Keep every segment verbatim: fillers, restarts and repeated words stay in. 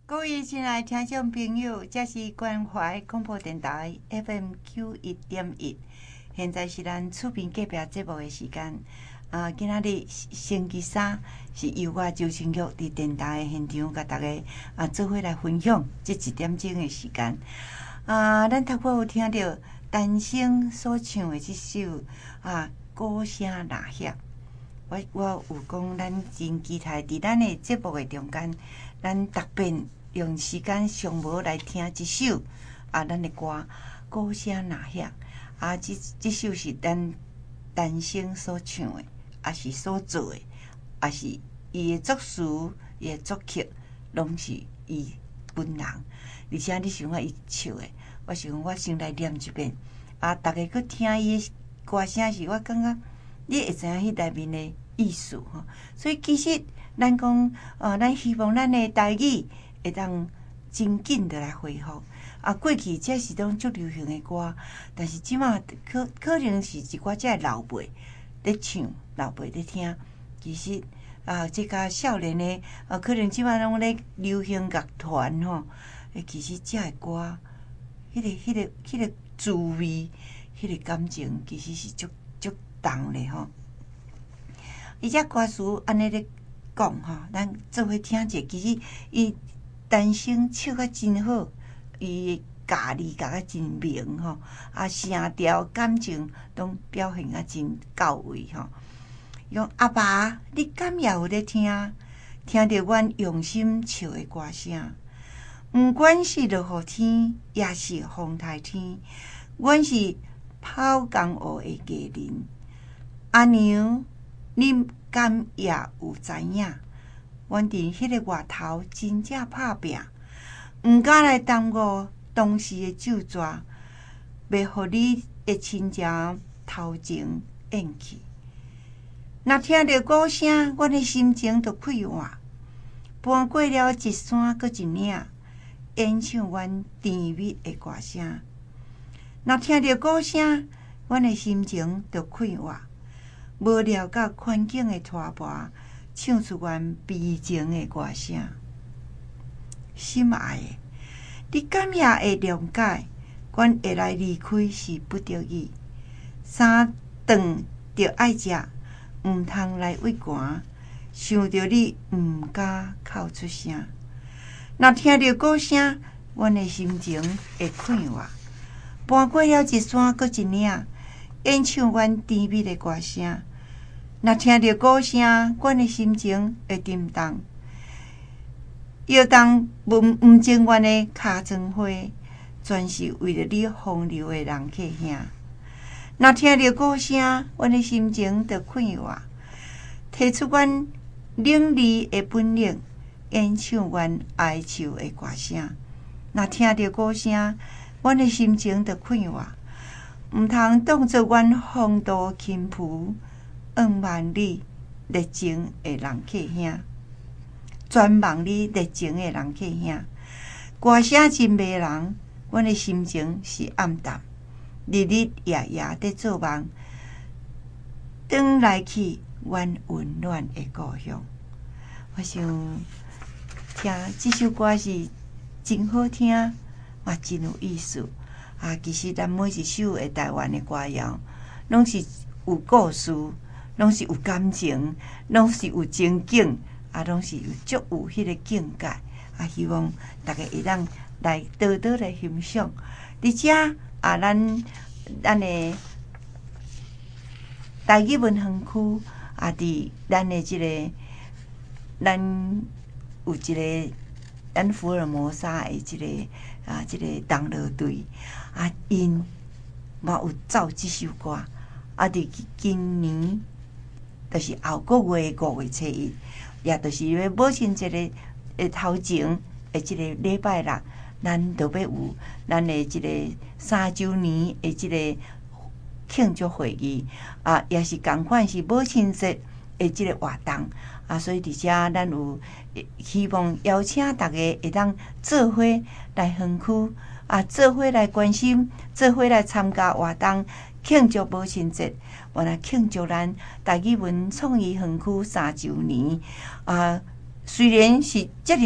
各位亲爱的听众朋友，这是关怀广播电台 F M 九一点一，现在是咱厝边隔壁节目的时间。啊，今仔日星期三是由我周清玉伫电台的现场，甲大家啊做伙来分享这一点钟的时间。啊，咱头过有听到陈升所唱的这首啊歌声呐响。我我有讲，咱真期待伫咱的节目的中间，咱特别用时间上无来听一首啊，咱的歌歌声呐响啊，这这首是咱陈升所唱的，也是所做的，也是伊的作词、伊的作曲，拢是伊本人。而且你想看伊唱的，我想讲我先来念一遍啊，大家去听伊的歌声时，我感觉你会知影迄内面的意思吼。所以其实咱讲，呃，咱希望咱的台语会当真紧的来恢复。啊，过去这是种足流行的歌，但是即马可可能是一寡这老辈咧唱，老辈咧听。其实啊，即个少年的啊，可能即马拢咧流行乐团吼。诶，其实这个歌，迄、那个、迄、那个、迄、那个滋味，迄、那个感情，其实是足足重咧吼。伊只歌词安尼咧讲吼，咱做伙听者，其实伊陈升唱啊真好。伊家己教啊真明吼，啊声调感情拢表现啊真到位吼。用阿爸，你敢也有咧听？听着阮用心唱的歌声，毋管是落雨天，也是风台天，阮是跑江湖的艺人。阿娘，你敢也有知影？阮伫迄个外头真正拍拼。毋敢来耽误当时的旧纸，袂互你的亲情头前咽去。若听着鼓声，阮的心情就快活。搬过了一山搁一岭，演唱阮甜蜜的歌声。若听着鼓声，阮的心情就快活。无聊到环境的拖跋，唱出阮悲情的歌声。心爱的，你敢也会谅解？阮会来离开是不得已，三顿着爱食，毋通来畏寒。想着你毋敢哭出声，若听着鼓声，阮的心情会快活。搬过了一山搁一岭，演唱阮甜蜜的歌声。若听着鼓声，阮的心情会沉重。摇动毋毋情愿的尻川花，全是为了你风流的人客兄。若听着鼓声，阮的心情就快活，提出阮冷冽的本领，演唱阮哀愁的歌声。若听着鼓声，阮的心情就快活，毋通当作阮风度轻浮、傲慢你热情的人客兄。专望你热情的人客兄，歌声真迷人，阮的心情是暗淡，日日夜夜在做梦，转来去阮温暖的故乡。我想听这首歌是真好听，嘛真有意思啊！其实咱每一首的台湾的歌谣，拢是有故事，拢是有感情，拢是有情景。啊，拢是有足有迄个境界啊！希望大家会当来多多来欣赏。而且啊，咱咱的台语文园区啊，伫咱的即、这个，咱有一个咱福尔摩沙的即、这个啊，即、这个同乐队啊，因嘛有奏即首歌啊，伫今年就是后个月五月初一。也就是要母亲节的诶头前诶，即个礼拜六，咱就要有咱的即个三周年诶，即个庆祝会议啊，也是共款是母亲节诶，即个活动啊，所以伫遮咱有希望邀请大家会当做伙来园区啊，做伙来关心，做伙来参加活动，庆祝母亲节。我来庆祝咱台语文创意园区三周年啊！虽然是遮尔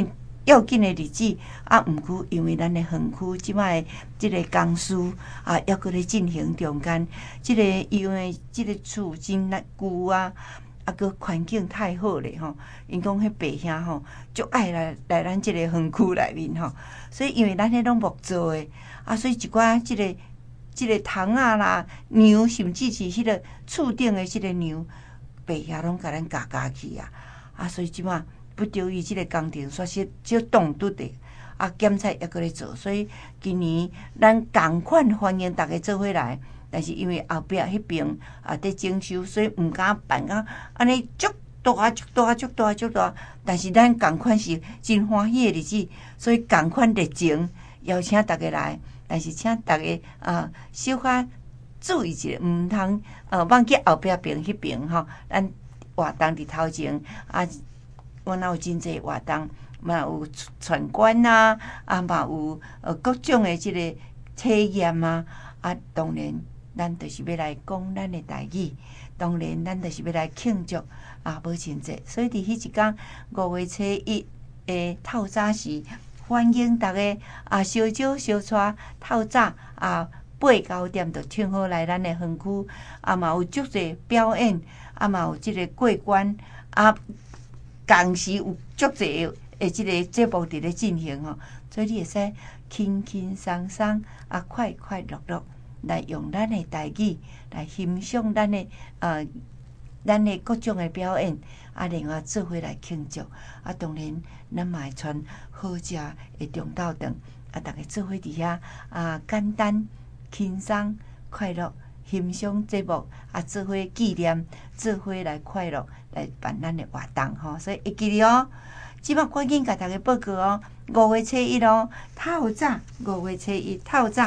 要紧的日子啊，毋过因为咱的园区即摆即个工事啊，抑搁咧进行中间，即、这个因为即个厝真难旧啊。啊，个环境太好咧吼，因讲迄爸兄吼，足爱来来咱即个园区内面吼，所以因为咱迄拢木做诶，啊，所以一寡即、这个即、这个虫啊啦、牛，甚至是迄个厝顶诶即个牛，爸兄拢甲咱夹夹去啊，啊，所以即马不得已即个工程煞是少挡拄的，啊，检查抑搁咧做，所以今年咱共款欢迎大家做伙来。但是因为后壁迄边啊伫整修，所以毋敢办啊安尼足大、足大、足大、足大。但是咱共款是真欢喜的日子，所以共款热情邀请大家来。但是请大家啊小可注意一下，毋通呃忘记后壁边迄边吼。咱活动伫头前啊，我若有真济活动，嘛有闯关啊，啊嘛有呃各种的即个体验啊，啊当然。咱就是要来讲咱的台语，当然咱就是要来庆祝啊母亲节，所以伫迄一天五月初一诶透早时，欢迎大家啊小酒小带透早啊八九点就听好来咱的园区，啊嘛有足侪表演，啊嘛有即个过关，啊同时有足侪诶即个节目伫咧进行吼，所以你会使轻轻松松啊快快乐乐。来用咱的台语来欣赏咱的呃，咱的各种的表演，啊，另外做伙来庆祝，啊，当然咱嘛会传好食的中昼顿，啊，大家做伙伫遐啊，简单轻松快乐欣赏节目，啊，做伙纪念，做伙来快乐来办咱的活动吼，所以会记哩哦。即摆赶紧甲大家报告哦，五月初一哦，透早，五月初一透早。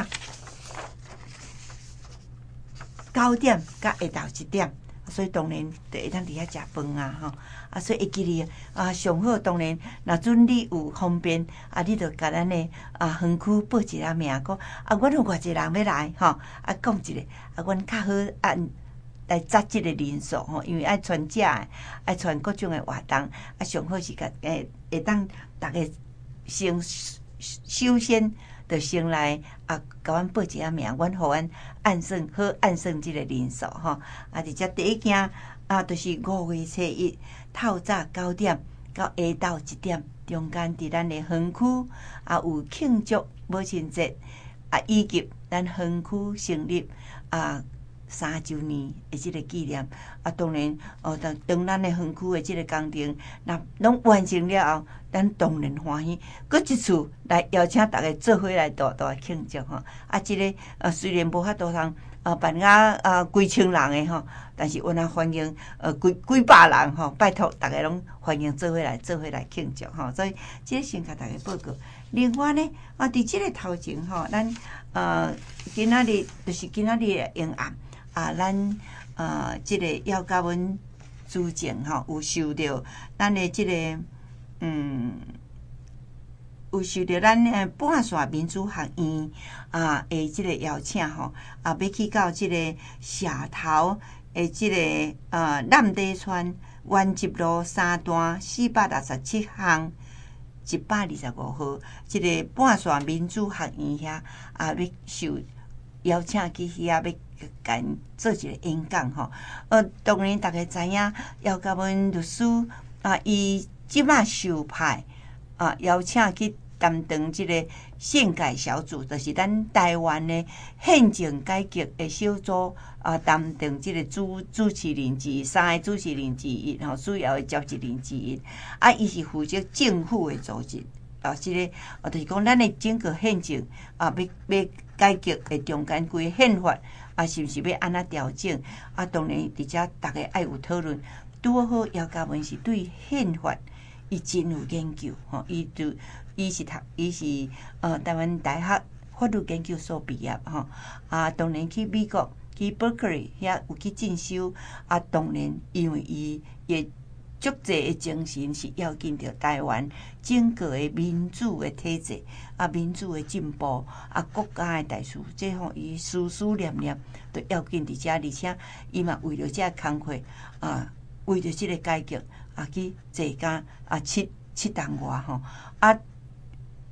九点甲下昼一点，所以当然就会当伫遐食饭啊，吼啊，所以会记哩啊，上好当然，若准你有方便啊，你着甲咱的啊园区报一下名，讲啊，阮有偌济人要来吼，啊，讲一个啊，阮较好按来扎即个人数吼，因为爱传食的，爱传各种的活动，啊，上好是甲诶会当逐个先首先。就先来啊，甲阮报一下名，阮互阮按算好按算即个人数吼。啊，而且第一件啊，就是五月初一透早九点到下昼一点，中间伫咱的园区啊有庆祝母亲节啊，以及咱园区成立啊三周年的即个纪念啊。当然哦，当当咱的园区的即个工程若拢完成了后。咱当然欢喜，搁一次来邀请大家做伙来大大庆祝吼。啊，即、这个呃虽然无法度通呃办啊啊几千人诶吼，但是我若欢迎呃几几百人吼，拜托大家拢欢迎做伙来做伙来庆祝吼。所以即个先甲大家报告。另外呢，啊，伫即个头前吼，咱呃今仔日就是今仔日诶阴暗啊，咱呃即、这个要甲阮主前吼有受到咱诶即个。嗯，有受到咱诶半线民主学院啊诶即个邀请吼，啊要去到即个社头诶即个呃南地村原集路三段四百六十七巷一百二十五号，即、这个半线民主学院遐啊要受邀请去遐要甲因做一个演讲吼。呃，当然大家知影，要甲阮律师啊伊。即马受派啊，邀请去担当即个宪改小组，就是咱台湾的宪政改革的小组啊，担当即个主主持人之一，三个主持人之一，吼，主要的召集人之一。啊，伊是负责政府的组织啊，即、这个啊，就是讲咱的整个宪政啊，要要改革的中间规个宪法啊，是毋是要安怎调整？啊，当然，而且大家爱有讨论。拄好，姚嘉文是对宪法。伊真有研究吼，伊就伊是读，伊是呃台湾大学法律研究所毕业吼，啊，当然去美国去 Berkeley 遐有去进修，啊，当然因为伊也足济的精神是要紧着台湾整个的民主的体制，啊，民主的进步，啊，国家的大事，这吼伊思思念念都要紧伫遮，而且伊嘛为着遮工课啊，为着即个改革。啊，去坐甲啊七七档外吼，啊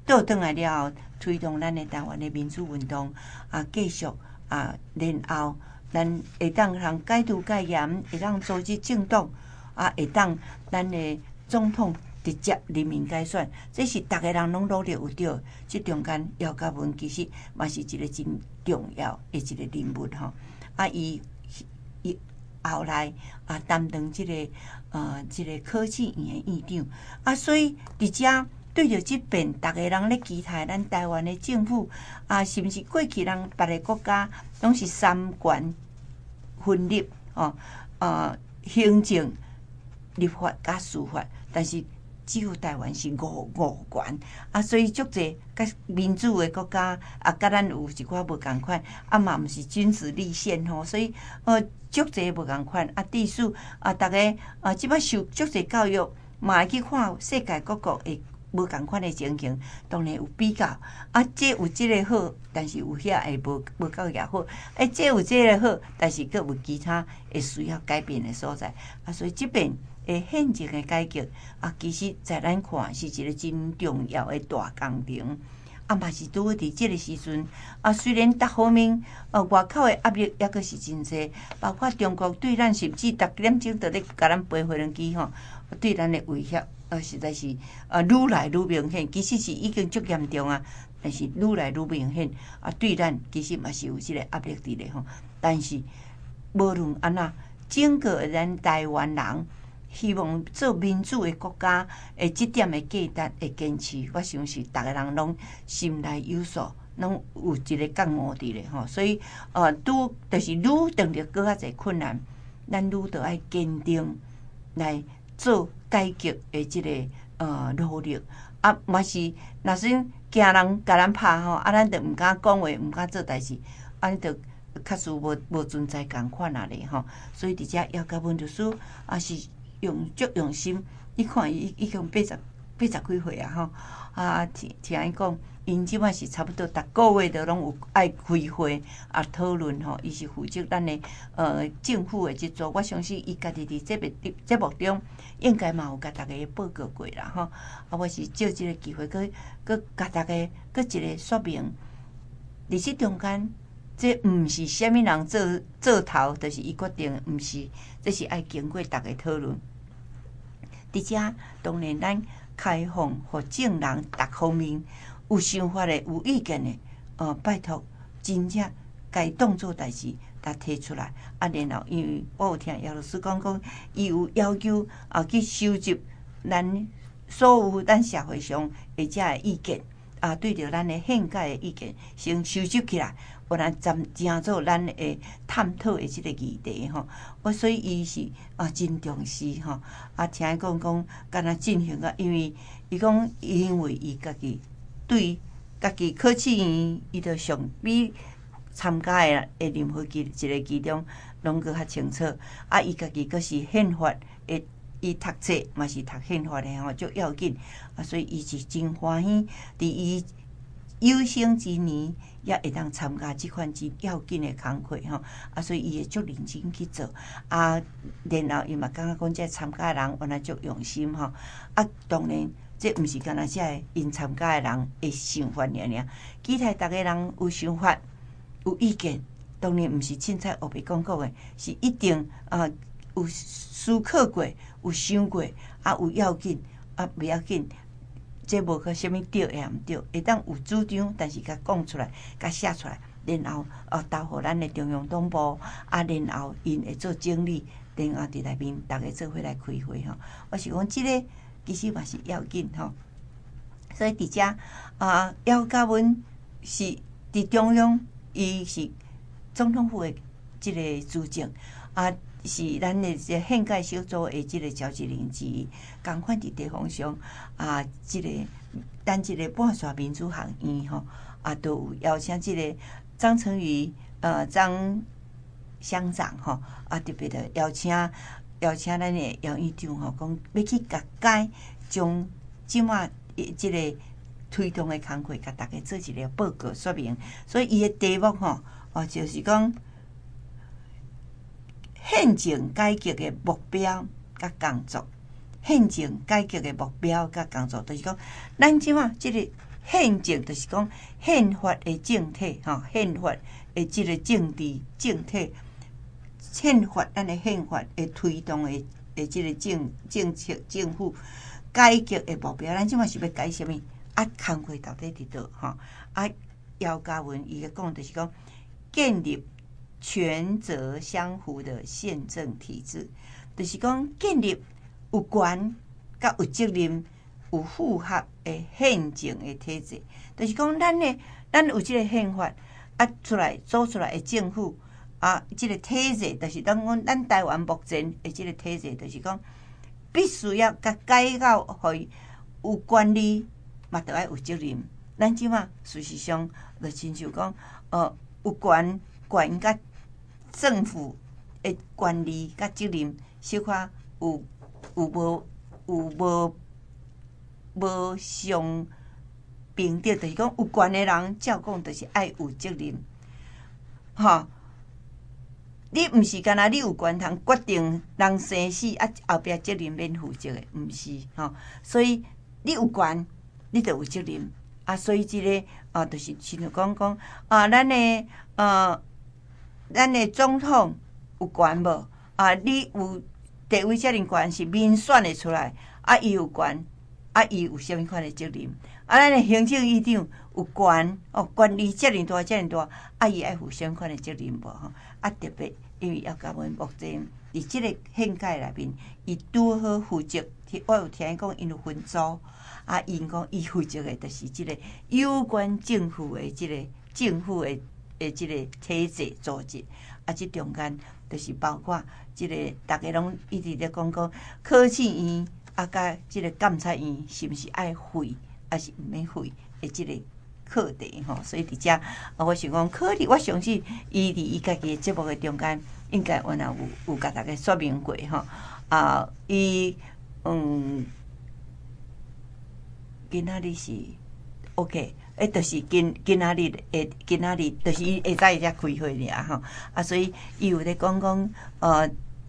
倒转来了后，推动咱的台湾的民主运动啊，继续啊，然后咱会当通戒毒戒严，会当组织政党啊，会当咱的总统直接人民改选，这是逐个人拢努力有着。即中间姚嘉文其实嘛是一个真重要的一个人物吼。啊，伊伊后来啊担当即、这个呃即、这个科技院的院长啊，所以伫遮。对着即边，逐个人咧期待咱台湾的政府啊，是毋是过去人别个国家拢是三权分立哦？呃，行政、立法甲司法，但是只有台湾是五五权啊，所以足济甲民主的国家啊，甲咱有一寡无共款，啊嘛毋是君子立宪吼，所以呃足济无共款啊，致使啊，逐个啊，即摆受足济教育，嘛会去看世界各国的。无共款的情形，当然有比较。啊，这有这个好，但是有遐会无无够也好。哎，这有这个好，但是佫有其他会需要改变的所在。啊，所以这边诶宪政的改革啊，其实在咱看是一个真重要的大工程。啊，嘛是拄伫即个时阵啊，虽然各方面呃外口的压力抑佫是真济，包括中国对咱甚至逐点钟都咧甲咱飞飞轮机吼，对咱的威胁。呃，实在是呃，愈来愈明显。其实是已经足严重啊，但是愈来愈明显啊。对咱其实嘛是有即个压力伫咧吼。但是无论安怎，整个咱台湾人希望做民主的国家，诶，即点的价值会坚持，我想是逐个人拢心内有数，拢有一个觉悟伫咧吼。所以呃，拄就是愈碰着搁较侪困难，咱愈着爱坚定来。做改革的即、这个呃努力啊，嘛是若算惊人甲咱拍吼，啊，咱着毋敢讲话，毋敢做代志，啊，你着确实无无存在共款啊咧吼。所以伫遮姚嘉文律师啊是用足用心，你看伊已经八十八十几岁啊吼，啊听听伊讲。因即摆是差不多逐个月都拢有爱开会啊讨论吼，伊是负责咱的呃政府的制作。我相信伊家己伫节目节目中应该嘛有甲大家报告过啦吼。啊，我是借即个机会，佮佮甲大家佮一个说明，伫即中间，这毋是虾米人做做头，就是伊决定，毋是，这是爱经过大家讨论。伫遮当然咱开放互众人逐方面。有想法的、有意见的，呃，拜托，真正该当做代志，甲提出来。啊，然后因为我有听姚老师讲讲，伊有要求啊，去收集咱所有咱社会上或者的意见啊，对着咱的宪改的意见，先收集起来，有咱真正做咱的探讨的即个议题吼。我所以伊是啊，真重视吼。啊，听伊讲讲，敢若进行啊，因为伊讲，因为伊家己。对家己科技园，伊着上比参加的的任何一一个其中，拢搁较清楚。啊，伊家己搁是宪法的，伊读册嘛是读宪法的吼，足要紧。啊，所以伊是真欢喜，伫伊有生之年也会当参加即款真要紧的工课吼。啊，所以伊会足认真去做。啊，然后伊嘛感觉讲，这参加的人原来足用心吼。啊，当然。这毋是干那只因参加的人的想法尔尔，其他逐个人有想法、有意见，当然毋是凊彩胡白讲讲的，是一定啊有思考过、有想过，啊有要紧，啊袂要紧，这无个啥物对也毋对，会当有主张，但是甲讲出来、甲写出来，然后啊投互咱的中央党部，啊然后因会做整理，然后伫内面逐个做伙来开会吼。我是讲即个。其实嘛是要紧吼，所以伫遮啊，姚嘉文是伫中央，伊是总统府的即个主席啊，是咱的这宪改小组的即个召集人之一。共款伫地方上啊，即、这个咱即个半线民主学院吼啊，都有邀请即个张成宇呃张乡长吼啊，特别的邀请。邀请咱的姚院长吼，讲要去甲解将即马即个推动的工作，甲大家做一个报告说明。所以伊的题目吼，哦，就是讲宪政改革的目标甲工作。宪政改革的目标甲工作，就是讲咱即马即个宪政就是讲宪法的政体吼，宪法的即个政治政体，宪法咱的宪法会推动的的即个政政策政府改革的目标，咱即马是要改什么？啊，工课到底伫倒吼？啊，姚嘉文伊个讲就是讲建立权责相符的宪政体制，就是讲建立有权甲有责任、有符合的宪政的体制，就是讲咱的咱有即个宪法啊出来做出来的政府啊，即、这个体制就是当讲咱台湾目前的即个体制，就是讲必须要甲改到互有管理。嘛，着爱有责任。咱即马事实上，就亲像讲，呃，有权权甲政府的管理甲责任，小可有有无有无无相平等，就是讲有权的人，照讲就是爱有责任，吼。你毋是干那你有权通决定人生死，啊后壁责任免负责的，毋是吼。所以你有权。你就有责任啊，所以即、這个啊，就是亲像讲讲啊，咱的呃，咱的总统有权无啊？你有地位责任权是民选的出来啊，伊有权啊，伊有啥物款的责任啊？咱的行政院长有权哦，管理责任大，责任大啊，伊爱负啥物款的责任无吼？啊，特别因为姚嘉文目前伫即个宪改内面，伊拄好负责，我有听伊讲，因有分组。啊，因讲伊负责的，就是即个有关政府的即个政府的的即个体制组织，啊，即中间就是包括即个大家拢一直咧讲讲考试院啊，甲即个监察院是毋是爱废，还是毋免废的即个课题吼。所以伫遮啊，我想讲考虑，我相信伊伫伊家己的节目的中间，应该原来有有甲大家说明过吼。啊，伊嗯。今仔日是 OK， 诶，就是今今仔日诶，今仔日就是伊下早才开会尔吼，啊，所以伊有咧讲讲，呃，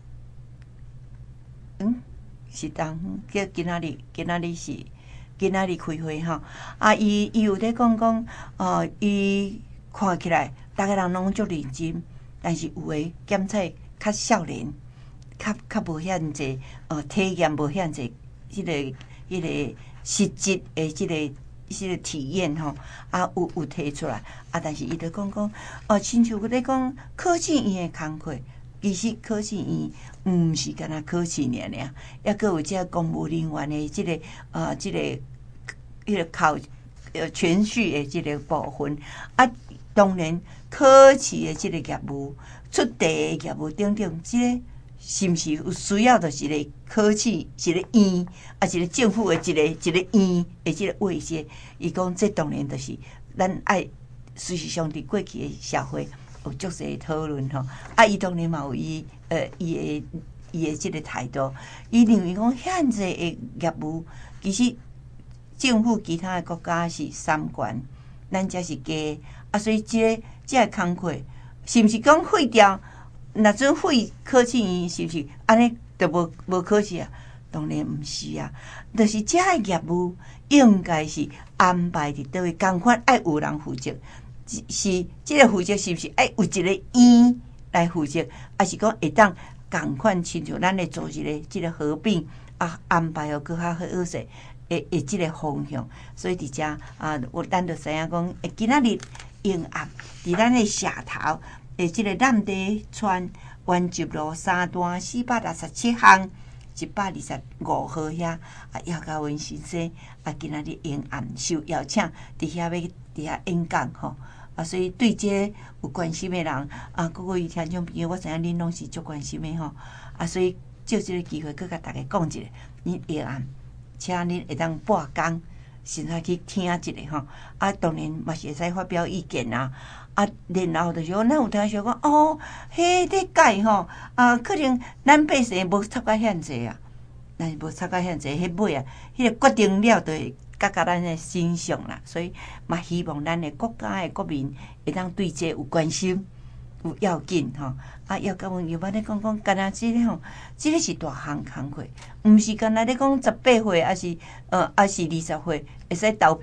嗯，是当叫今仔日，今仔日是今仔日开会吼，啊，伊伊有咧讲讲，呃，伊看起来大家人拢足认真，但是有诶检测较少年，较较无遐济，呃，体验无遐济，迄个迄个。实质的即、這个即、這个体验吼，啊有有提出来啊，但是伊就讲讲，哦，亲像咧讲考试院的工课，其实考试院毋是干那考试尔尔，抑阁有即个公务人员的即、這个呃即、這个迄个考呃程序的即个部分啊，当然考试的即个业务、出题的业务等等，即、這个。是毋是有需要？就是一个考试，一个院，啊，一个政府的一个一个院的即个位阶。伊讲，这当然就是咱爱事实上伫过去的社会有足侪讨论吼。啊，伊当然嘛有伊呃伊的伊的即个态度。伊认为讲现在的业务，其实政府其他的国家是三权，咱才是家啊，所以即、這个即、這个工课是毋是讲废掉？若准废考试院是毋是安尼就无无考试啊？当然毋是啊，就是遮个业务应该是安排伫倒位，共款爱有人负责，是即个负责是毋是爱有一个院来负责，还是讲会当共款亲像咱咧做一个即个合并啊，安排互搁较好势诶诶即个方向。所以伫遮啊，我咱就知影讲，诶今仔日用暗伫咱诶社头。诶，即个南地村原集路三段四百六十七巷一百二十五号遐，啊，姚嘉文先生啊，今仔日沿岸受邀请伫遐要伫遐演讲吼，啊，所以对这有关心的人啊，各位听众朋友，我知影恁拢是足关心的吼，啊，所以借即个机会，佮甲大家讲一下，恁沿岸，请恁会当半工先来去听一下吼，啊，当然嘛是会使发表意见啊。啊，然后就是讲，咱有听说讲，哦，迄个改吼，啊，可能咱百姓无插到遐济啊，但是无插到遐济，迄尾啊，迄个决定了，就会甲甲咱的身上啦。所以嘛，希望咱的国家的国民会当对这有关心、有要紧吼。啊，要甲阮又捌咧讲讲，干那即个吼，即个是大项工课，毋是干那咧讲十八岁，还是呃，还是二十岁会使投票。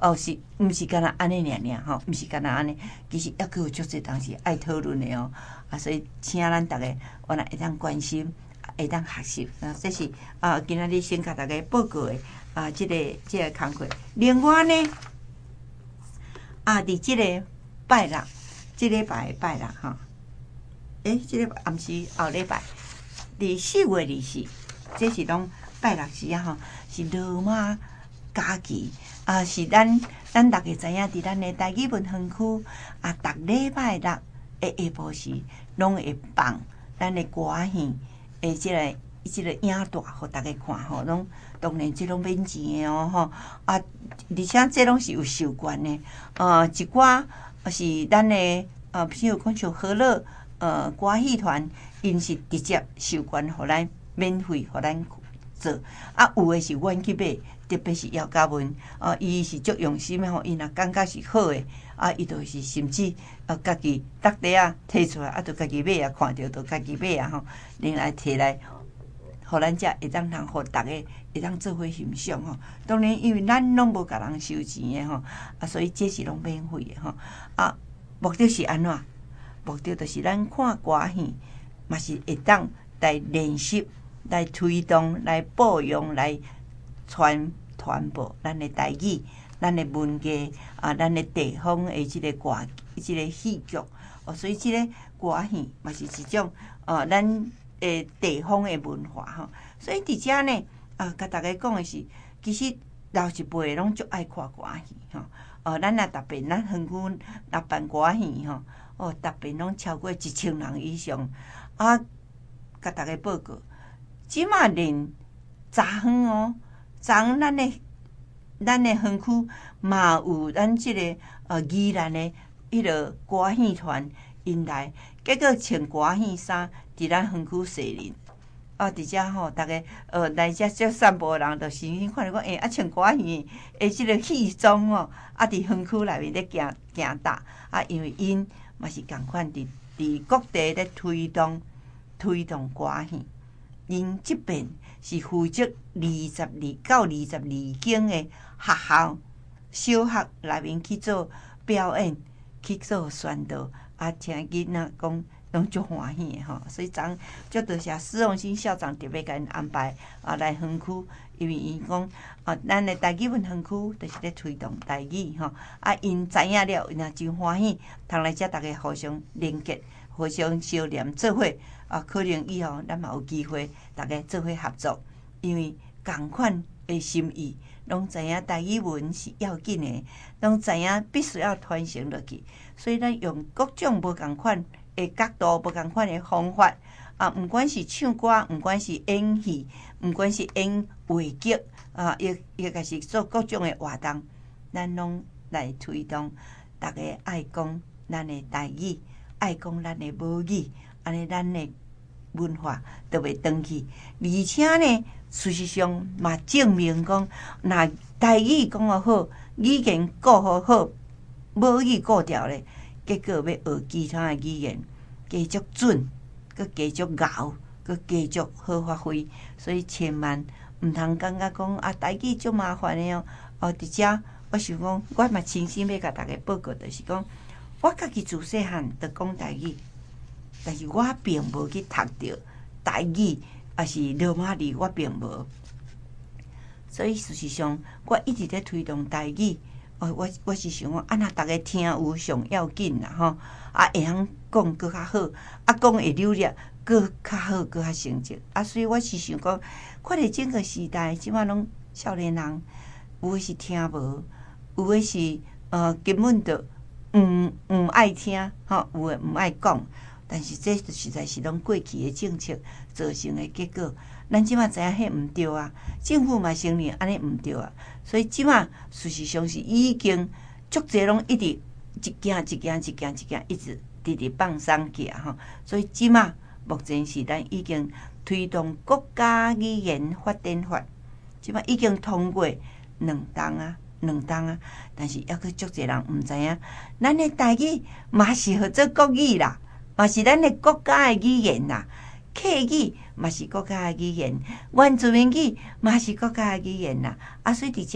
哦，是毋是干那安尼尔尔吼？毋是干那安尼，其实抑佫有足侪东西爱讨论的哦。啊，所以请咱逐个原来会当关心，会当学习。啊，这是啊，今仔日先甲大家报告的啊，即、這个即、這个工课。另外呢，啊，伫即个拜六，即礼拜的拜六吼，诶，即礼拜暗时后礼拜，伫四月二四，这是拢拜六时啊吼，是罗马假期啊，是咱咱大家知影，伫咱的台语文园区啊，逐礼拜六的下晡时，拢会放咱的歌戏诶，即、這个即、這个影带，互大家看吼，拢当然即拢免钱的哦吼啊，而且即拢是有授权的，呃，一寡是咱的呃，譬如讲像和乐呃歌戏团，因是直接授权互咱免费互咱做，啊，有诶是阮去买。特别是姚嘉文，啊，伊是足用心诶吼，伊若感觉是好诶，啊，伊就是甚至啊，家己搭底啊摕出来，啊，就家己买啊，看着就家己买啊吼，另来摕来，互咱遮会当通互逐个会当做伙欣赏吼。当然，因为咱拢无甲人收钱诶吼，啊，所以这是拢免费诶吼。啊，目的是安怎？目的就是咱看歌戏，嘛是会当来练习、来推动、来保养、来传。传播咱的台语，咱的文艺啊，咱的地方的即个歌，即个戏剧哦，所以即个歌戏嘛是一种呃，咱诶地方的文化吼。所以伫遮呢，啊，甲大家讲的是，其实老一辈拢足爱看歌戏吼。哦，咱若逐边咱园区若办歌戏吼，哦，逐边拢超过一千人以上。啊，甲大家报告，即马连昨昏哦。昨昏咱的咱的园区嘛有咱即、這个呃宜兰的迄个歌戏团因来，结果穿歌戏衫伫咱园区踅人。啊，伫遮吼，逐个呃来遮遮散步的人，就心心看着讲，诶、欸，啊穿歌戏诶，即个戏装哦，啊伫园区内面咧行行搭，啊，因为因嘛是共款伫伫各地咧推动推动歌戏，因即边。是负责二十二到二十二间的学校、小学内面去做表演、去做宣导，啊，听囡仔讲拢足欢喜的吼。所以昨足多谢施荣新校长特别甲因安排啊来园区，因为因讲啊，咱的台语文园区就是咧推动台语吼，啊，因知影了，因也真欢喜，通来遮大家互相连结、互相相连做伙。啊，可能以后咱嘛有机会，大家做伙合作，因为共款的心意，拢知影台语文是要紧的，拢知影必须要传承落去，所以咱用各种无共款的角度、无共款的方法，啊，毋管是唱歌，毋管是演戏，毋管是演话剧，啊，亦亦个是做各种的活动，咱拢来推动，大家爱讲咱的台语，爱讲咱的母语，安尼咱的文化都袂断去，而且呢，事实上嘛证明讲，若台语讲得好，语言顾好好，母语顾掉咧，结果要学其他的语言，继续准，佮继续熬，佮继续好发挥。所以千万毋通感觉讲啊，台语足麻烦的哦。哦，伫遮我想讲，我嘛真心要甲大家报告，就是讲，我家己自细汉就讲台语。但是我并无去读着台语，也是罗马字，我并无。所以事实上，我一直在推动台语。哦，我我是想讲，啊，若大家听有上要紧啦，吼，啊，会晓讲搁较好，啊，讲会流利，搁较好，搁较成绩。啊，所以我是想讲，看着整个时代，即马拢少年人，有诶是听无，有诶是呃根本就毋毋爱听，吼，有诶毋爱讲。但是这实在是拢过去的政策造成的结果，咱即马知影迄毋对啊，政府嘛承认安尼毋对啊，所以即马事实上是已经足侪拢一直一件一件一件一件一直直直放松起啊吼，所以即马目前是咱已经推动国家语言发展法，即马已经通过两档啊两档啊，但是还佫足侪人毋知影，咱的台语嘛是号做国语啦。嘛是咱的国家的语言啦，客语嘛是国家的语言，原住民语嘛是国家的语言啦。啊，所以伫遮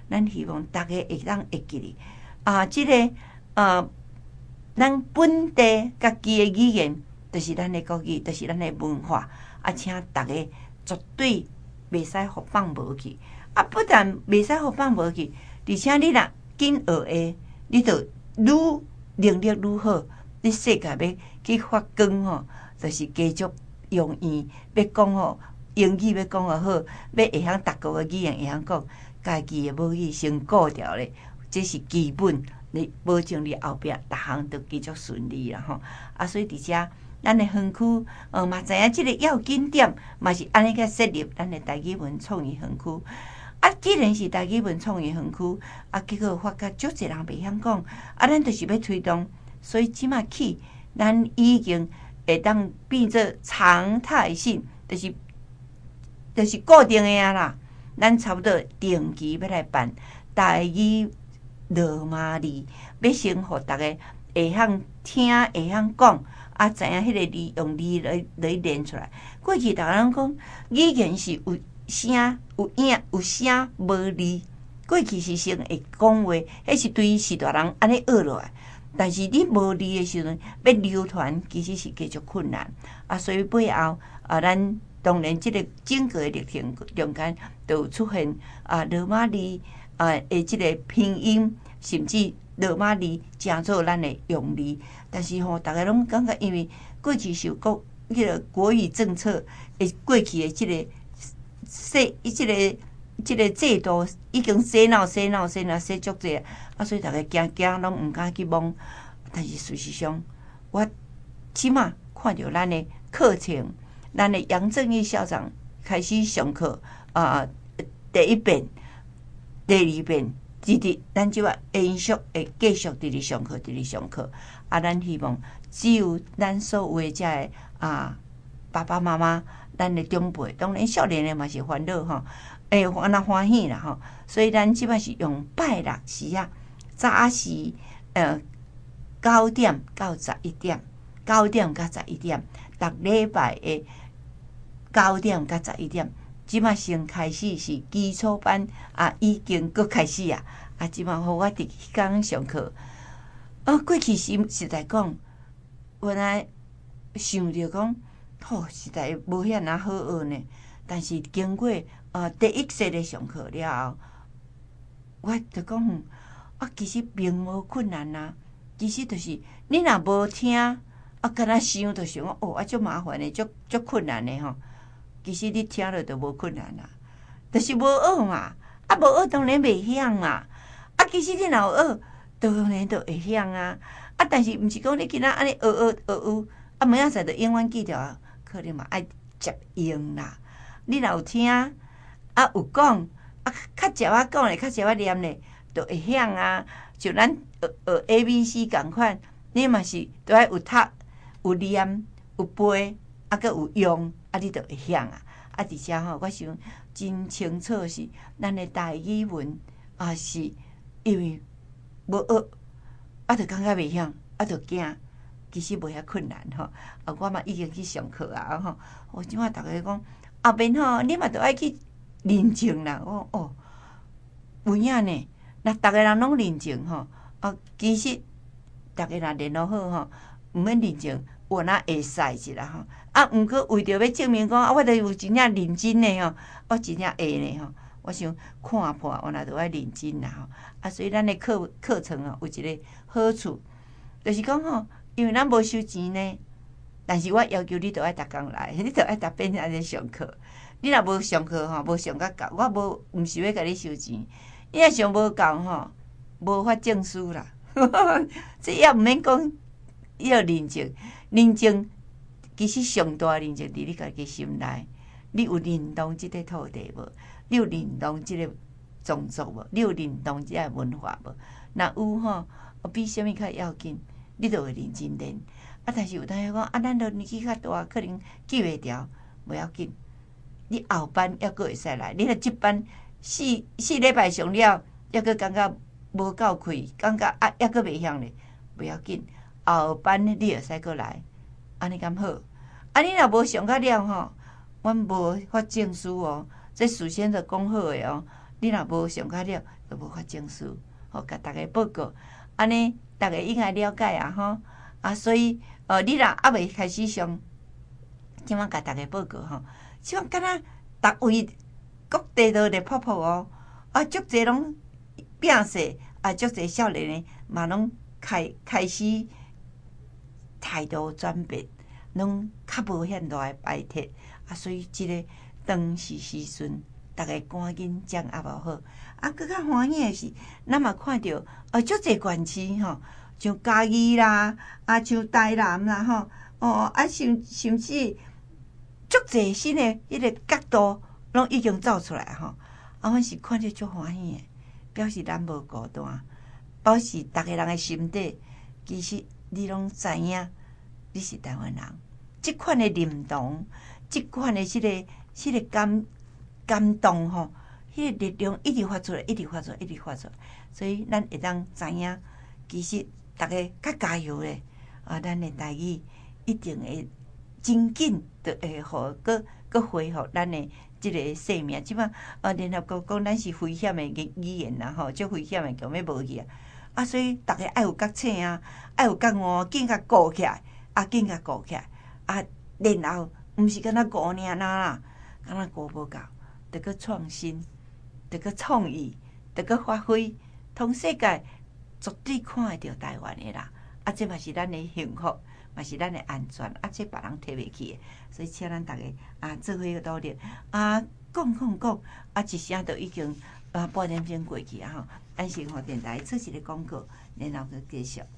咱希望大家会当会记哩啊，即、这个呃，咱本地家己的语言，就是咱的国语，就是咱的文化，啊，请大家绝对袂使互放无去。啊，不但袂使互放无去，而且你若紧学会，你就愈能力愈好，你世界要去发光吼，就是继续用伊要讲吼。英语要讲得好，要会晓达国的语言会晓讲，家己的母语先顾掉咧，这是基本，你保证你后壁逐项都继续顺利啦吼。啊，所以伫遮，咱的园区，呃，嘛知影即个要紧点，嘛是安尼个设立咱的台语文创意园区。啊，既然是台语文创意园区，啊，结果发觉足侪人袂晓讲，啊，咱就是要推动，所以即马起，咱已经会当变做常态性，就是。就是固定的啊啦，咱差不多定期要来办台语罗马字，要先互大家会晓听、会晓讲，啊，知影迄个字用字来来练出来。过去逐个人讲语言是有声、有影、有声无字。过去是先会讲话，迄是对时大人安尼学落来。但是你无字的时阵，要流传其实是继续困难啊，所以背后啊，咱。当然，即个整个的历程中间都有出现啊，罗马字啊的即个拼音，甚至罗马字正做咱的用字。但是吼，大家拢感觉，因为过去是有国迄个国语政策的过去的即个洗，即个即个制度已经洗脑、洗脑、洗脑、洗足济啊，所以大家惊惊拢毋敢去摸。但是事实上，我起码看到咱的课程。咱的杨正义校长开始上课啊，第一遍、第二遍，直直咱就话延续会继续直直上课，直直上课。啊，咱希望只有咱所有的遮个啊爸爸妈妈，咱的长辈，当然少年的嘛是烦恼吼，会安那欢喜啦吼。所以咱即摆是用拜六时啊，早时呃九点到十一点，九点到十一点，逐礼拜的。九点到十一点，即马先开始是基础班啊，已经搁开始啊！啊，即马互我伫迄工上课。啊，过去实实在讲，原来想着讲，吼，实在无遐尔好学呢。但是经过啊第一次的上课了后，我就讲，啊，其实并无困难啊。其实就是你若无听，啊，敢若想就想哦，啊，足麻烦的，足足困难的吼。其实你听了就无困难啦，就是无学嘛，啊无学当然袂晓嘛，啊其实你若有学，当然就会晓啊，啊但是毋是讲你今仔安尼学学学学，啊明仔载就永远记着啊，可能嘛爱接应啦。你若有听，啊有讲，啊较少仔讲咧，较少仔念咧，就会晓啊。就咱学学 A B C 共款，你嘛是都爱有读、有念、有背，啊佮有用。啊，你就会晓啊！啊，而且吼，我想真清楚是咱的台语文啊，是因为无学，啊，就感觉袂晓，啊，就惊。其实无遐困难吼。啊，我嘛已经去上课啊吼。我即摆逐个讲后面吼，你嘛着爱去认证啦。我哦，有影呢。若逐个人拢认证吼，啊，其实逐个若联络好吼，毋免认证。我那会使一啦吼，啊，毋过为着要证明讲啊，我著有真正认真诶吼，我真正会呢吼。我想看破，我若著爱认真啦吼。啊，所以咱诶课课程啊，有一个好处，就是讲吼，因为咱无收钱呢，但是我要求你著爱逐工来，你著爱逐遍安尼上课。你若无上课吼，无上甲够，我无毋是要甲你收钱。你若上无够吼，无法证书啦。这也毋免讲要认证。认证其实上大认证伫你家己心内，你有认同即个土地无？你有认同即个种族无？你有认同即个文化无？若有吼，比啥物较要紧，你著会认真练。啊，但是有当时讲啊，咱都年纪较大，可能记袂牢，无要紧。你后班还佫会使来，你若即班四四礼拜上了，还佫感觉无够开，感觉啊还佫袂晓咧，不要紧。后班你会使过来，安尼敢好？啊，你若无上较了吼，阮无发证书哦。这事先就讲好诶哦。 你若无上较了，就无法证书，吼，甲大家报告，安尼大家应该了解啊，吼啊，所以呃，你若还未开始上，即摆甲大家报告吼，即摆敢若逐位各地都咧泡泡哦，啊，足侪拢变势，啊，足侪少年诶嘛拢开开始态度转变，拢较无遐大诶摆脱，啊，所以即个当时时阵。逐个赶紧掌握无好，啊，更较欢喜诶是，咱嘛看到，呃，足侪县市吼，像嘉义啦，啊，像台南啦，吼，哦，啊，甚甚至足侪新诶迄个角度，拢已经走出来吼，啊，阮是看着足欢喜诶，表示咱无孤单，表示逐个人诶心底，其实你拢知影，你是台湾人，即款诶认同，即款诶即个即个感。感动吼，迄、那个力量一直发出来，一直发出来，一直发出来，所以咱会当知影，其实大家较加油咧，啊，咱的台语一定会真紧，就会互搁搁恢复咱的即个生命。即摆啊，联合国讲咱是危险的语语言啦，吼，足危险的，根本无去啊。啊，所以大家爱有觉醒啊，爱有觉悟，紧甲顾起来，啊，紧甲顾起来，啊，然后毋是敢若顾尔呐啦，敢若顾无够。得个创新，得个创意，得个发挥，通世界绝对看会到台湾的啦。啊，这嘛是咱的幸福，嘛是咱的安全，啊，这别人摕袂起的。所以请咱大家啊，做伙努力啊，讲讲讲，啊，一声都已经啊半点钟过去啊吼。咱生活电台做一个广告，然后佮继续。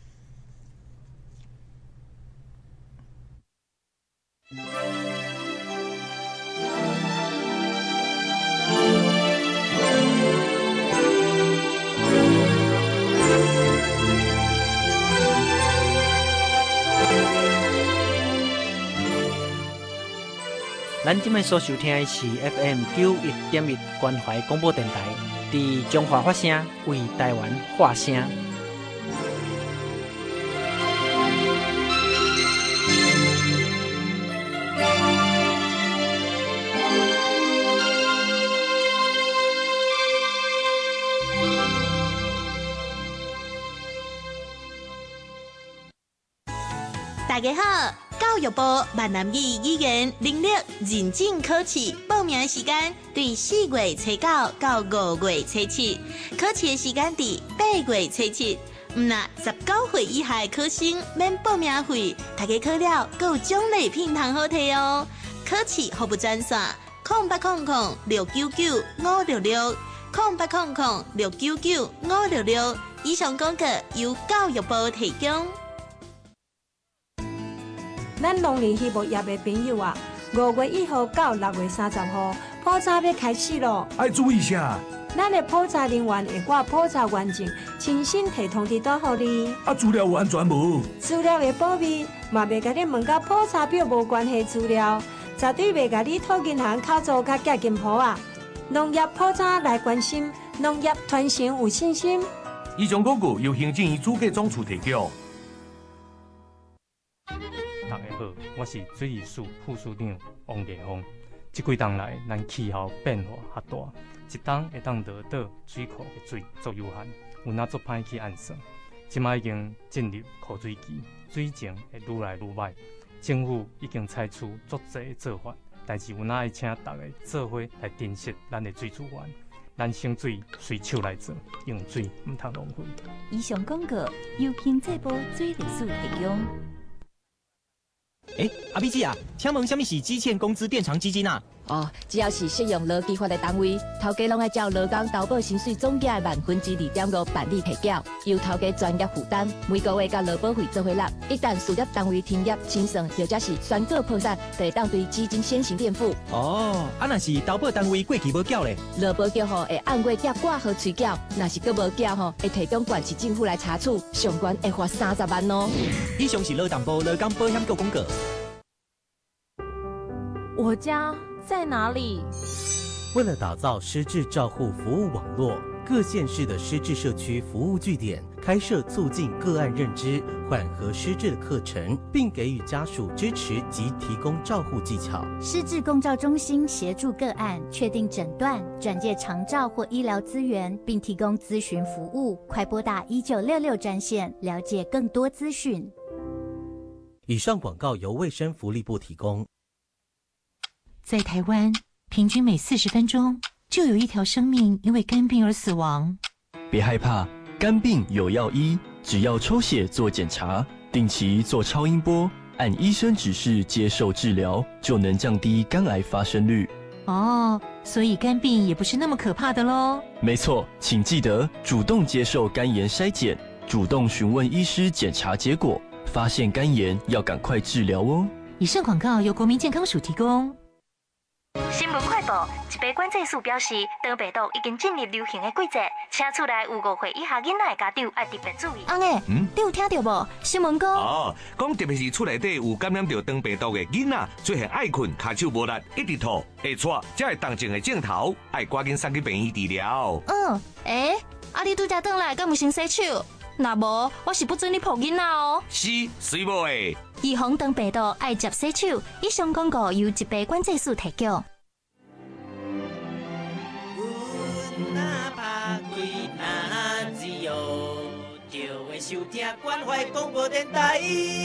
咱今麦所收听的是 F M 九一点一关怀广播电台，伫中华发声，为台湾发声。 大家好，教育部闽南语语言能力认证考试报名时间对四月初九到五月初七，考试的时间伫八月初七。毋那十九岁以下的考生免报名费，大家考了还有奖励品通好摕哦。考试服务专线：零八零零六九九五六六零八零零六九九五六六。以上广告由教育部提供。 咱农林畜牧业的朋友啊，五月一号到六月三十号，普查要开始咯。 爱注意下。 咱的普查人员会挂普查完证，亲身提通知单互你。 啊，资料有安全无？ 资料会保密，嘛袂甲你问甲普查表无关系资料，绝对袂甲你套银行卡座甲寄金铺啊。农业普查来关心，农业传承有信心。 以上广告由行政院主计总处提供。 大家好，我是水利署副署长王立峰。这几冬来，咱气候变化较大，一冬会当得到水库的水足有限，有哪足歹去按算。即马已经进入枯水期，水情会愈来愈歹。政府已经采取足侪做法，但是有哪会请大家做伙来珍惜咱的水资源。咱省水随手来做，用水唔通浪费。 以上广告由经济部水利署提供。 哎，阿美姐啊，请问什么是基欠工资变偿基金啊？ 哦，只要是适用劳基法的单位，头家拢爱照劳工投保薪水总额的万分之二点五办理提缴，由头家专业负担，每个月甲劳保费做伙纳。一旦事业单位停业清算，或者是宣告破产，就会当对基金先行垫付。 哦，啊那是投保单位过期无缴咧， 劳保局吼会按月缴挂号催缴，若是佫无缴吼，会提供县市政府来查处，上悬会罚三十万哦。 以上是劳动部劳工保险局广告。 我家在哪里？ 为了打造失智照护服务网络， 各县市的失智社区服务据点开设促进个案认知、缓和失智的课程，并给予家属支持及提供照护技巧。 失智共照中心协助个案确定诊断、转介长照或医疗资源，并提供咨询服务。快拨打一九六六专线了解更多资讯。 以上广告由卫生福利部提供。 在台湾，平均每四十分钟就有一条生命因为肝病而死亡。 别害怕，肝病有药医，只要抽血做检查，定期做超音波，按医生指示接受治疗，就能降低肝癌发生率。 哦，所以肝病也不是那么可怕的咯。 没错，请记得主动接受肝炎筛检，主动询问医师检查结果，发现肝炎要赶快治疗哦。 以上广告由国民健康署提供。 新闻快报：一杯管制署表示，长病毒已经进入流行的季节，请厝内有五岁以下囡仔的家长要特别注意。 翁诶，嗯，你有听到无？新闻讲哦，讲特别是厝内底有感染到长病毒的囡仔，出现爱困、骹手无力、一直吐、会喘，才会动静的镜头，爱赶紧送去病院治疗。 嗯，诶，啊，你拄才转来，敢有先洗手？若无，我是不准你抱囡仔哦。 是，水无诶。 预防长病毒，爱接洗手。以上广告由一杯管制署提供。 收听关怀广播电台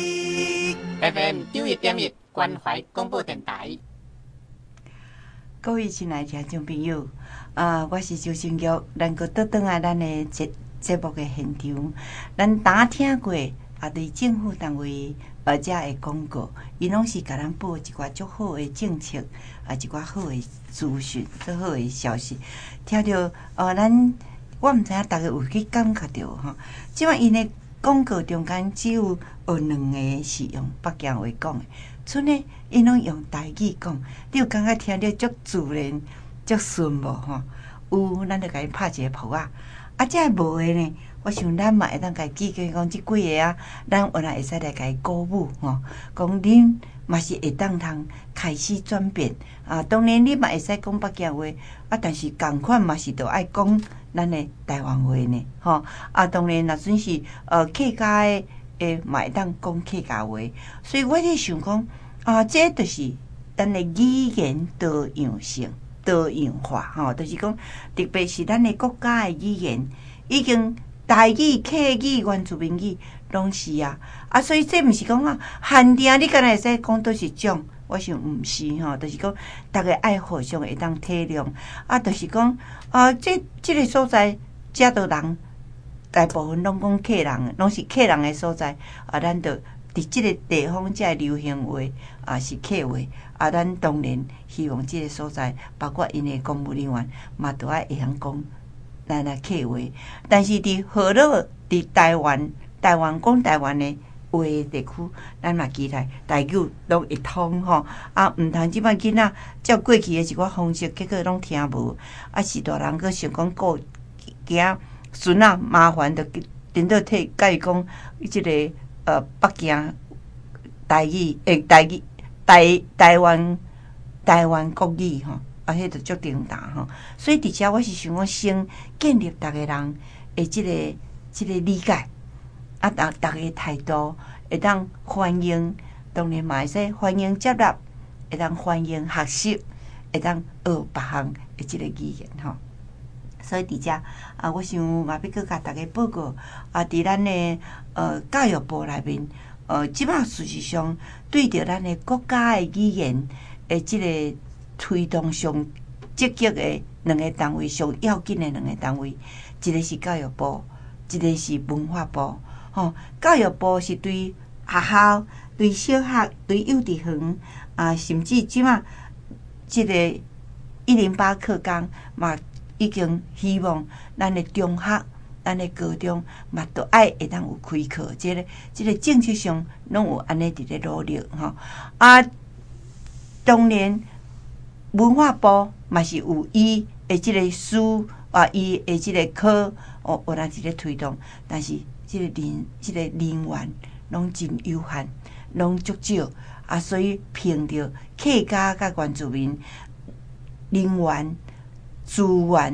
F M 九一点一关怀广播电台。 各位亲爱听众朋友，啊，我是周成玉，咱搁倒转来咱的节节目的现场，咱打听过啊，对政府单位呃遮的广告，伊拢是甲咱报一寡足好的政策，啊，一寡好的资讯，足好的消息，听到呃咱。我毋知影大家有去感觉到吼，即摆因的广告中间只有有两个是用北京话讲的，剩的因拢用台语讲，你有感觉听着足自然、足顺无吼？有，咱就甲伊拍一个谱啊。啊，这无的呢，我想咱嘛会当甲伊记记讲即几个啊，咱原来会使来甲伊鼓舞吼，讲恁嘛是会当通开始转变啊。当然你嘛会使讲北京话啊，但是共款嘛是着爱讲。咱的台湾话呢，吼啊，当然若准是呃客家的诶，嘛会当讲客家话，所以我咧想讲啊，这就是咱的语言多样性、多样化，吼，就是讲，特别是咱的国家的语言，已经台语、客语、原住民语拢是啊，啊，所以这毋是讲啊，限定你敢若会使讲倒是种。我想毋是吼，就是讲，大家爱互相会当体谅，啊，就是讲，啊，这这个所在，遮多人，大部分拢讲客人，拢是客人的所在，啊，咱着伫即个地方，遮个流行话，啊，是客话，啊，咱当然希望即个所在，包括因的公务人员，嘛都爱会晓讲咱的客话，但是伫何乐伫台湾，台湾讲台湾的。话地区，咱嘛期待台语拢会通吼，啊，毋通即摆囡仔照过去的一寡方式，结果拢听无，啊，是大人佫想讲顾囝孙仔麻烦，着顶到替甲伊讲即个呃北京台语诶台语台台湾台湾国语吼，啊，迄着足重大吼，所以伫遮我是想讲先建立逐个人诶即个即个理解。啊，逐逐个态度会当欢迎，当然嘛会使欢迎接纳，会当欢迎学习，会当学别项的即个语言吼。所以伫遮啊，我想嘛要搁甲大家报告啊，伫咱的呃教育部内面，呃，即摆事实上对着咱的国家的语言的即个推动上积极的两个单位，上要紧的两个单位，一个是教育部，一个是文化部。吼、哦，教育部是对学校、对小学、对幼稚园啊，甚至即马即个一零八课纲嘛，已经希望咱的中学、咱的高中嘛，都爱会当有开课，即、这个即、这个政策上拢有安尼伫咧努力吼、哦。啊，当然文化部嘛是有伊的即个书啊，伊的即个课哦，有人伫咧推动，但是。即个人，即、这个人员拢真有限，拢足少啊，所以凭着客家甲原住民人员、资源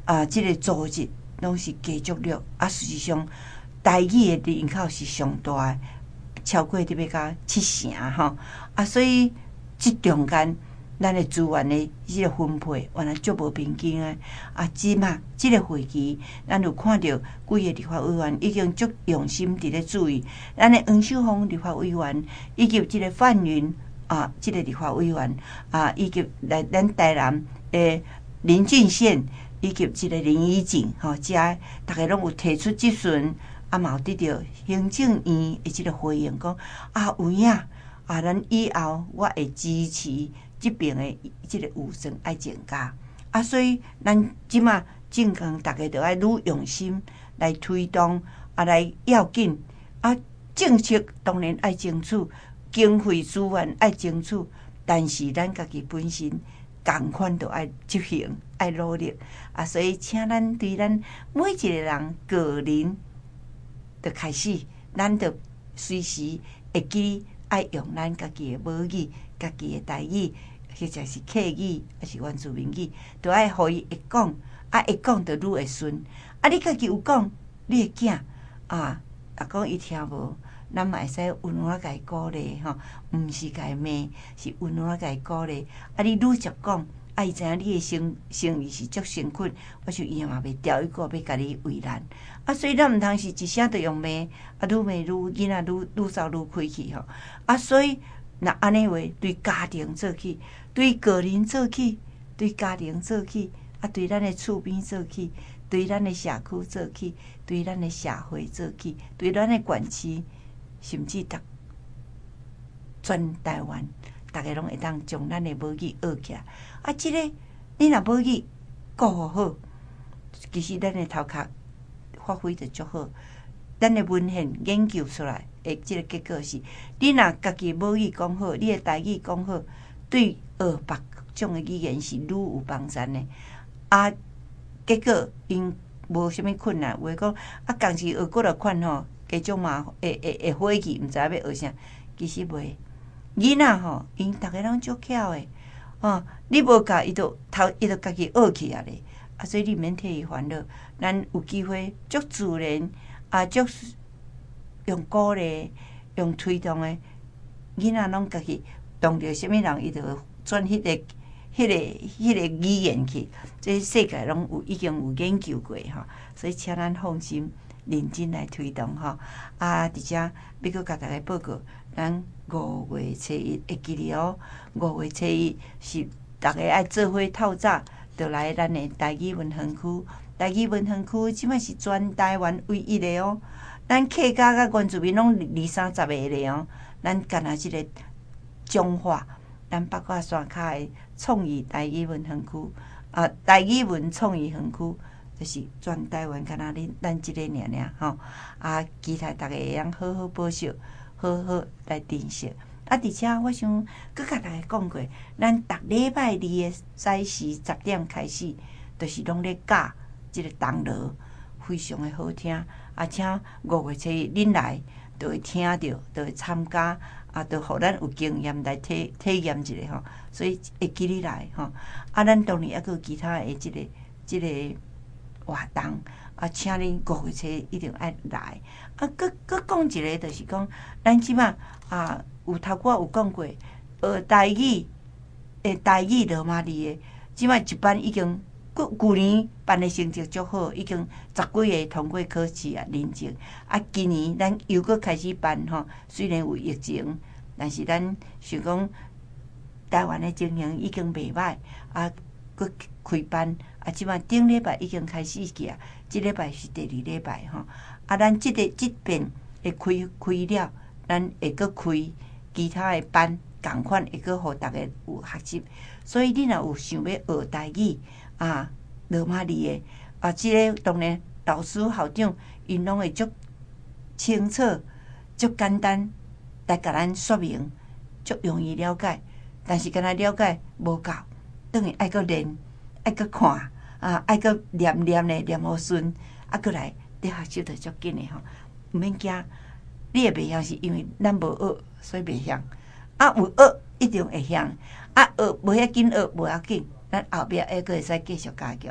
啊，即、這個组织拢是继续了，啊，事实上台语的人口是上大的，超过伫要到七成吼，啊，所以即中间咱的资源的即个分配，原来足无平均的。啊，即嘛，即个会期，咱有看到几个立法委员已经足用心伫咧注意，咱的黄秀峰立法委员以及即个范云啊，即、這个立法委员啊，以及来咱台南诶林俊宪以及即个林怡静吼，遮大家拢有提出质询，啊，嘛有得到行政院的即个回应，讲啊有影啊，咱以后我会支持。即边的即个预算爱增加，啊，所以咱即马政纲大家都爱愈用心来推动，啊，来要紧，啊，政策当然爱争取，经费资源爱争取，但是咱家己本身共款都爱执行，爱努力，啊，所以请咱对咱每一个人个人的开始，咱就随时会记爱用咱家己的母语，家己的台语。或者是客语，还是原住民语，都爱互伊会讲，啊会讲就愈会顺。啊，你家己有讲，你的囝啊，啊讲伊听无，咱嘛会使温柔甲伊鼓励吼，毋是甲伊骂，是温柔甲伊鼓励。啊，你愈接讲，啊伊知影你的生生意是足辛苦，我想伊嘛袂钓伊个要甲你为难。啊，所以咱毋通是一声就用骂，啊愈骂愈囡仔愈愈走愈开去吼。啊，所以若安尼话，对家庭做起。对个人做起，对家庭做起，啊，对咱的厝边做起，对咱的社区做起，对咱的社会做起，对咱的县市，甚至逐全台湾，大家拢会当将咱的母语学起来。啊，即、這个你若母语顾好好，其实咱的头壳发挥得足好。咱的文献研究出来的即个结果是，你若家己母语讲好，你的台语讲好。对学别种诶语言是愈有帮助呢。啊，结果因无啥物困难，话讲啊，共时学过来款吼，加种嘛会会会火气，毋知影要学啥。其实袂，囡仔吼，因逐个拢足巧诶，哦，你无教伊就头，伊就家己学起啊咧。啊，所以你免替伊烦恼，咱有机会足自然啊，足用鼓励、用推动诶，囡仔拢家己。当着什么人，伊就转迄、那个、迄、那个、迄、那个语言去。这世界拢有已经有研究过吼，所以请咱放心认真来推动吼。啊，伫遮要阁甲大家报告，咱五月初一会记哩哦。五月初一是大家爱做伙透早，就来咱的台语文行区。台语文行区即摆是全台湾唯一的哦。咱客家甲原住民拢二三十个咧哦。咱干那即个。中华，咱北角山骹的创意台语文园区，啊，台语文创意园区，就是全台湾敢若恁咱即个尔尔吼，啊，期待大家会当好好保守，好好来珍惜。啊，而且我想，佮甲大家讲过，咱逐礼拜二的早时十点开始，就是拢咧教即个铜锣，非常的好听。啊，请五月初一恁来，就会听着，就会参加。啊，就互咱有经验来体体验一下吼，所以会记你来吼。啊，咱当然还佫有其他的即、這个即、這个活动，啊，请恁五月初一定爱来。啊，佫佫讲一个，就是讲咱即马啊，有头我有讲过，学台语诶，台语罗马字诶，即马一班已经，旧旧年办诶成绩足好，已经十几个通过考试啊，认证。啊，今年咱又佫开始办吼，虽然有疫情，但是咱想讲台湾诶情形已经袂歹，啊，佫开班，啊，即摆顶礼拜已经开始去啊，即礼拜是第二礼拜吼。啊，咱即个即边会开开了，咱会佫开其他诶班，共款会佫互逐个有学习。所以你若有想要学台语啊，罗马字诶，啊，即、這个当然老师校长因拢会足清楚、足简单来甲咱说明，足容易了解。但是敢若了解无够，等于爱佫练，爱佫看啊，爱佫念念咧念好顺，啊，佫来你学习着足紧诶吼，毋免惊。你会袂晓是因为咱无学，所以袂晓。啊，有学一定会晓。啊，学无遐紧学无要紧，咱后壁还佫会使继续加强。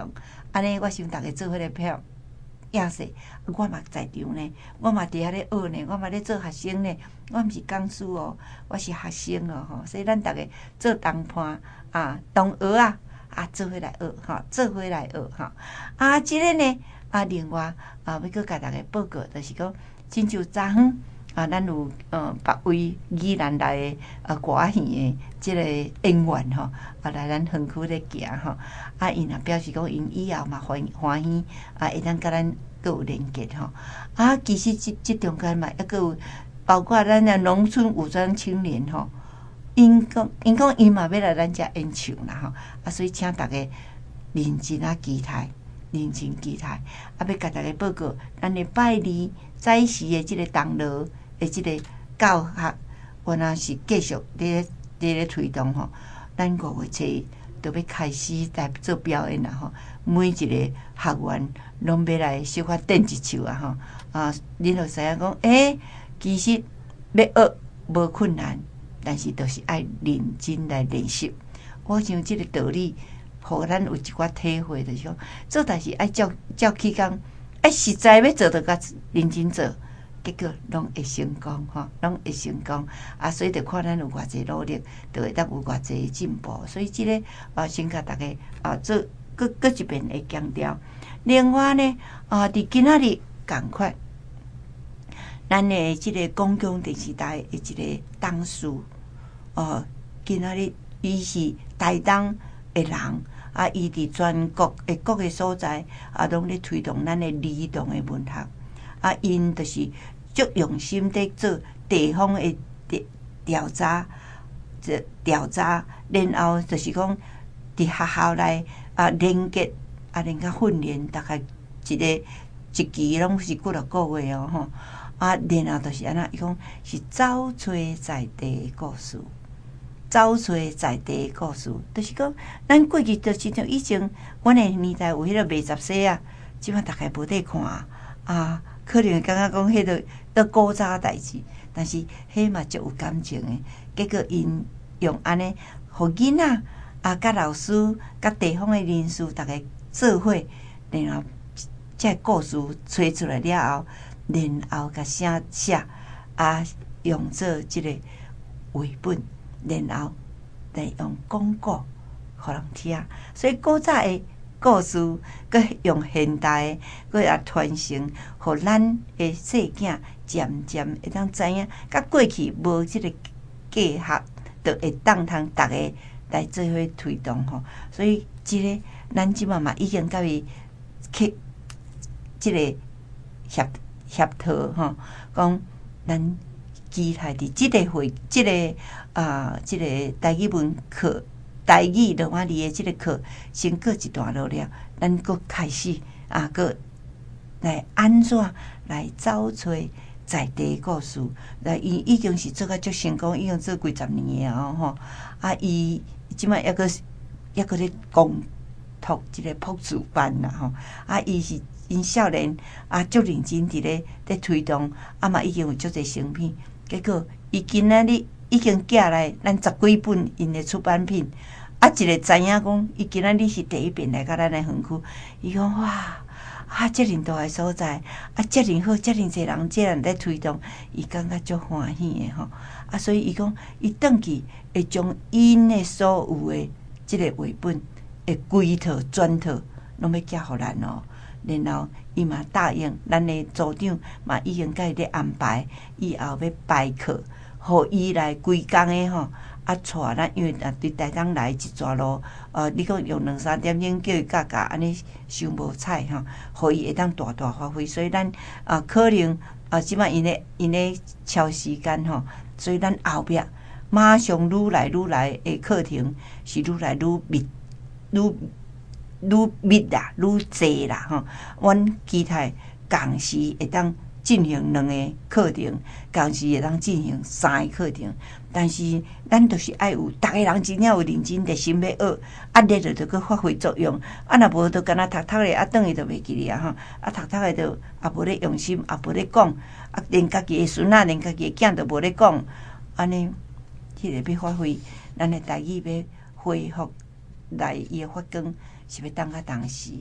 安尼我想逐个做伙来配合。亚细，我嘛在场呢，我嘛伫遐咧学呢，我嘛咧做学生呢，我毋是讲师哦，我是学生哦吼，所以咱逐个做同伴啊，同学啊，啊做伙来学吼，做伙来学吼。啊，即个呢啊，另外啊，要搁甲逐个报告，就是讲，亲像昨昏啊，咱有呃别位宜兰来诶啊歌戏诶即个演员吼，啊来咱园区咧行吼，啊因也表示讲因以后嘛欢欢喜啊，会当甲咱搁有连结吼。啊，其实即即中间嘛，抑搁有包括咱诶农村武装青年吼，因讲因讲因嘛要来咱遮演唱啦吼，啊所以请逐个认真啊期待，认真期待，啊要甲逐个报告，咱诶拜二早时诶即个同乐诶即个教学，我若是继续咧咧咧推动吼，咱五月初就要开始来做表演啦吼，每一个学员拢要来小可垫一手啊吼，啊，恁就知影讲，诶、欸，其实要学无困难，但是都是爱认真来练习。我想即个道理，互咱有一寡体会，就是讲做代志爱照照起工，爱实在要做着甲认真做。结果拢会成功吼，拢会成功啊！所以着看咱有偌济努力，就会当有偌济进步。所以即、這個啊，先甲大家啊做，搁搁一遍会強調。另外呢，啊，伫今仔日共款，咱的即個公共電視台的即個董事，哦，今仔日伊是台東的人啊，伊伫全國的各個所在啊，攏咧推動咱的兒童的文學。啊，因就是足用心地做地方的調調查，這調查，然後就是講佇學校內啊連結啊，連甲訓練，大概一個一期攏是幾落個月哦吼。啊，然後就是安那，伊講是找找在地的故事，找找在地的故事，就是講咱過去就是像以前，阮的年代有迄個賣雜誌啊，即擺大概無得看啊。可能會感覺講迄個都古早代志，但是迄嘛足有感情誒。結果因用安尼，互囡仔啊，甲老師、甲地方誒人士，逐個做伙，然後即個故事吹出來了後，然後甲寫寫啊，用做即個繪本，然後來用廣告互人聽。所以古早誒故事，佮用現代個，佮也傳承，互咱誒細囝漸漸會當知影，甲過去無即個隔閡，就會當通逐個來做伙推動吼。所以即、這個咱即馬嘛已經甲伊去即個協協討吼，講咱期待佇即個會，即、這個啊，即、這個台語文課。台語羅馬字的即個課先過一段落了，咱閣開始啊，閣來安怎來找找在地故事。來，伊已經是做甲足成功，已經做幾十年啊吼。啊，伊即擺抑閣抑閣咧公讀即個朴子班啦吼。啊，伊是因少年啊，足認真佇咧咧推動，啊嘛已經有足儕成品。結果伊今仔日已經寄來咱十幾本因的出版品。啊，一個知影講，伊今仔日是第一遍來到咱的園區，伊講哇，啊，遮爾大個所在，啊，遮爾好，遮爾濟人，遮人在推動，伊感覺足歡喜的吼。啊，所以伊講，伊轉去會將因的所有的即個繪本的規套、全套，攏要寄互咱哦。然後伊嘛答應，咱的組長嘛已經甲伊咧安排，以後要排課，互伊來規工的吼。啊，帶咱，因為啊，對台東來一逝路，呃，你講用兩三點鐘叫伊教教，安尼傷無彩吼，互伊會當大大發揮。所以咱啊，可能啊，即擺因咧因咧超時間吼，所以咱後壁馬上愈來愈來的課程是愈來愈密，愈愈密啦，愈濟啦吼。阮期待同時會當進行兩個課程，同時會當進行三個課程。但是咱就是愛有，逐個人真正有認真的心要學，啊，咧就着佮發揮作用。啊，若無就干那讀讀咧，啊，轉去就袂記哩啊吼。啊，讀讀咧就也無咧用心，也無咧講，啊，連家己的孫仔，連家己的囝都無咧講，安尼，迄個要發揮，咱的台語要恢復來伊的發光，是要等較當時。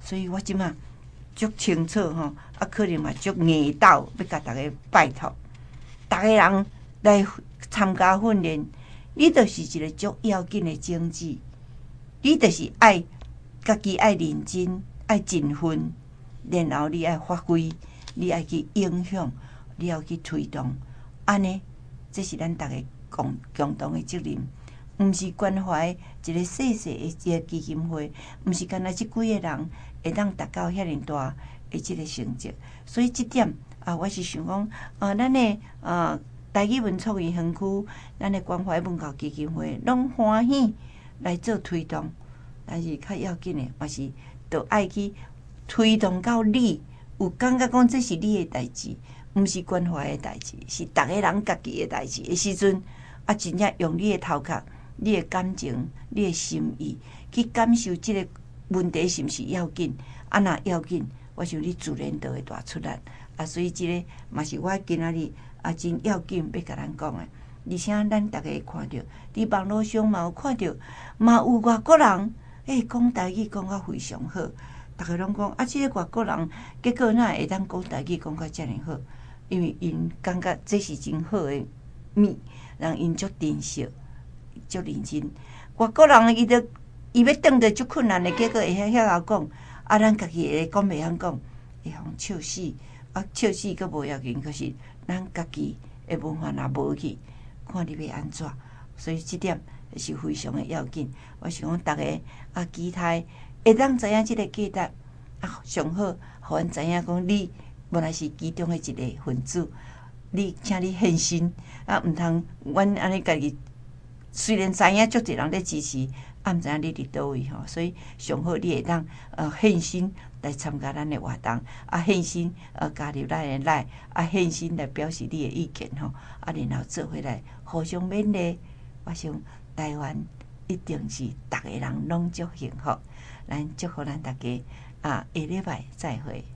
所以我即马足清楚吼，啊，可能嘛足硬斗，要甲大家拜托，大家人来参加训练，你就是一个足要紧的种子，你就是爱家己爱认真，爱尽分，然后你爱发挥，你爱去影响，你要去推动，安尼，这是咱大家共共同的责任。毋是关怀一个细细的一个基金会，毋是干那即几个人会当达到遐尼大的即个成绩，所以即点啊，我是想讲啊，咱的啊台语文创意园区，咱的关怀文教基金会，拢欢喜来做推动，但是较要紧的，嘛是着爱去推动到你有感觉讲这是你的代志，毋是关怀的代志，是逐个人家己的代志的时阵，啊，真正用你的头壳。你的感情、你的心意，去感受即个问题是毋是要紧？啊，若要紧，我想你自然就会大出来。啊，所以即个嘛是我今仔日啊真要紧要甲咱讲的。而且咱逐个会看到，伫网络上嘛有看到，嘛有外国人诶讲台语讲甲非常好，逐个拢讲啊，即、这个外国人结果哪会当讲台语讲甲遮尔好？因为因感觉这是真好的物，让因足珍惜。足认真，外国人伊着伊要转着足困难的，结果会晓晓晓讲，啊，咱家己会讲袂晓讲，会互笑死，啊，笑死佫无要紧，可是咱家己的文化若无去，看你要安怎，所以即点是非常的要紧。我想讲，逐个啊，期待会当知影即个价值啊，上好，互阮知影讲你原来是其中的一个分子，你请你献身啊，毋通阮安尼家己。虽然知影足侪人咧支持，啊，毋知影你伫倒位吼，所以上好你会当呃献身来参加咱的活动，啊献身呃加入咱的来，啊献身来表示你的意见吼，啊然后做回来互相勉励，我想台湾一定是逐个人拢足幸福，咱祝福咱大家啊下礼拜再会。